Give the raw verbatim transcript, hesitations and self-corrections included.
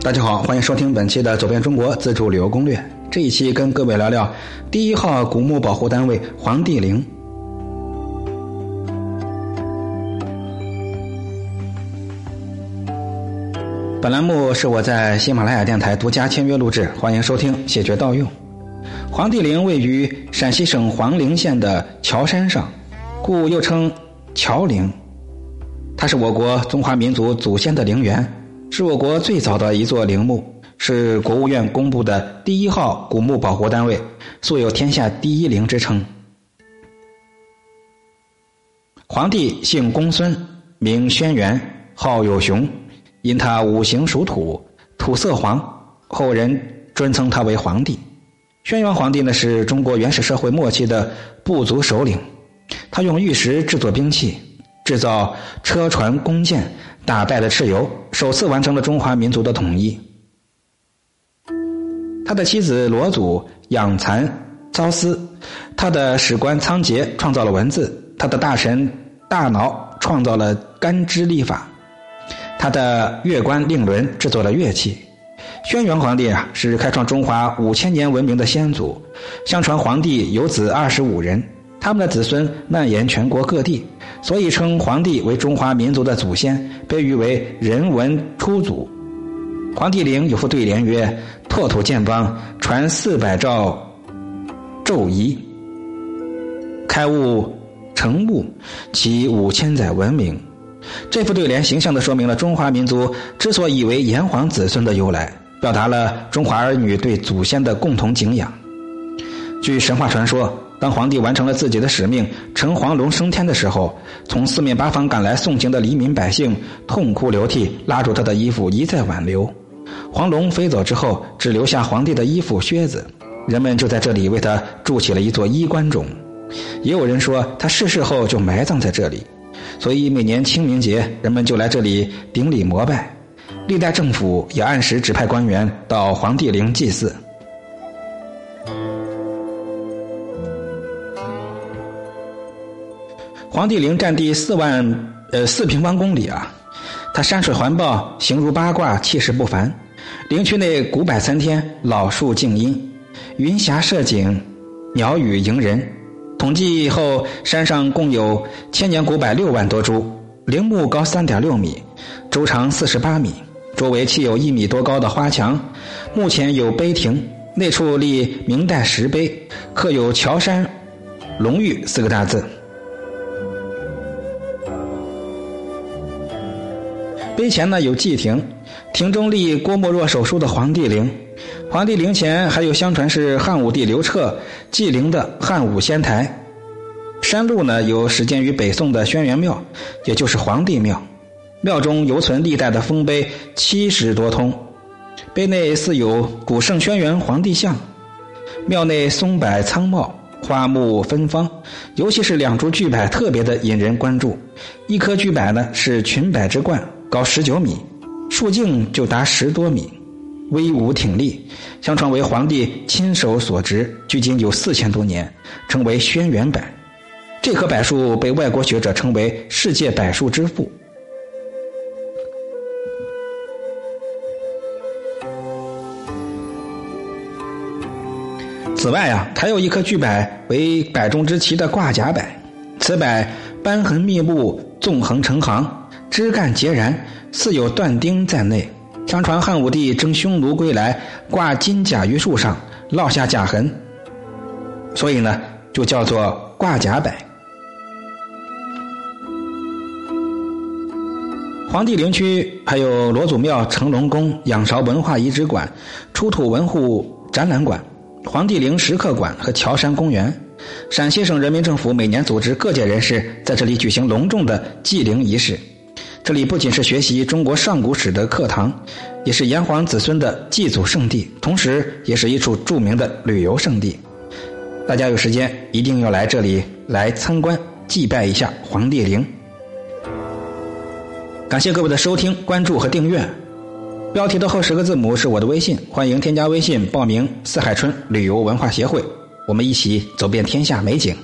大家好，欢迎收听本期的走遍中国自助旅游攻略。这一期跟各位聊聊第一号古墓保护单位黄帝陵。本栏目是我在喜马拉雅电台独家签约录制，欢迎收听，谢绝盗用。黄帝陵位于陕西省黄陵县的乔山上，故又称乔陵。它是我国中华民族祖先的陵园，是我国最早的一座陵墓，是国务院公布的第一号古墓保护单位，素有天下第一陵之称。黄帝姓公孙，名轩辕，号有熊，因他五行属土，土色黄，后人尊称他为黄帝。轩辕皇帝呢，是中国原始社会末期的部族首领，他用玉石制作兵器，制造车船弓箭，打败了蚩尤，首次完成了中华民族的统一。他的妻子罗祖养蚕操丝，他的史官仓颉创造了文字，他的大臣大脑创造了干支历法，他的乐官令伦制作了乐器。轩辕皇帝啊，是开创中华五千年文明的先祖。相传皇帝有子二十五人，他们的子孙蔓延全国各地，所以称皇帝为中华民族的祖先，被誉为人文初祖。黄帝陵有副对联曰：拓土建邦，传四百兆昼仪，开悟成物，其五千载文明。这副对联形象地说明了中华民族之所以为炎黄子孙的由来，表达了中华儿女对祖先的共同敬仰。据神话传说，当皇帝完成了自己的使命，乘黄龙升天的时候，从四面八方赶来送行的黎民百姓痛哭流涕，拉住他的衣服一再挽留。黄龙飞走之后，只留下皇帝的衣服靴子，人们就在这里为他筑起了一座衣冠冢。也有人说他逝世后就埋葬在这里，所以每年清明节人们就来这里顶礼膜拜。历代政府也按时指派官员到黄帝陵祭祀。黄帝陵占地四万呃四平方公里啊，它山水环抱，形如八卦，气势不凡。陵区内古柏参天，老树静荫，云霞射景，鸟语迎人。统计后，山上共有千年古柏六万多株，陵墓高 三点六米，周长四十八米，周围砌有一米多高的花墙。目前有碑亭，内处立明代石碑，刻有乔山龙玉四个大字。碑前呢有祭亭，亭中立郭沫若手书的黄帝陵。黄帝陵前还有相传是汉武帝刘彻祭陵的汉武仙台。山路呢有始建于北宋的轩辕庙，也就是黄帝庙。庙中犹存历代的封碑七十多通，碑内似有古圣轩辕黄帝像。庙内松柏苍茂，花木芬芳，尤其是两株巨柏特别的引人关注。一棵巨柏呢是群柏之冠，高十九米，树径就达十多米，威武挺立，相传为皇帝亲手所植，距今有四千多年，称为轩辕柏。这棵柏树被外国学者称为世界柏树之父。此外啊，还有一棵巨柏为柏中之奇的挂甲柏，此柏斑痕密布，纵横成行，枝干截然，似有断钉在内。相传汉武帝征匈奴归来，挂金甲于树上，落下甲痕，所以呢就叫做挂甲柏。黄帝陵区还有罗祖庙、成龙宫、仰韶文化遗址馆、出土文物展览馆、黄帝陵石刻馆和乔山公园。陕西省人民政府每年组织各界人士在这里举行隆重的祭陵仪式。这里不仅是学习中国上古史的课堂，也是炎黄子孙的祭祖圣地，同时也是一处著名的旅游胜地。大家有时间一定要来这里来参观祭拜一下黄帝陵。感谢各位的收听、关注和订阅。标题的后十个字母是我的微信，欢迎添加微信报名四海春旅游文化协会，我们一起走遍天下美景。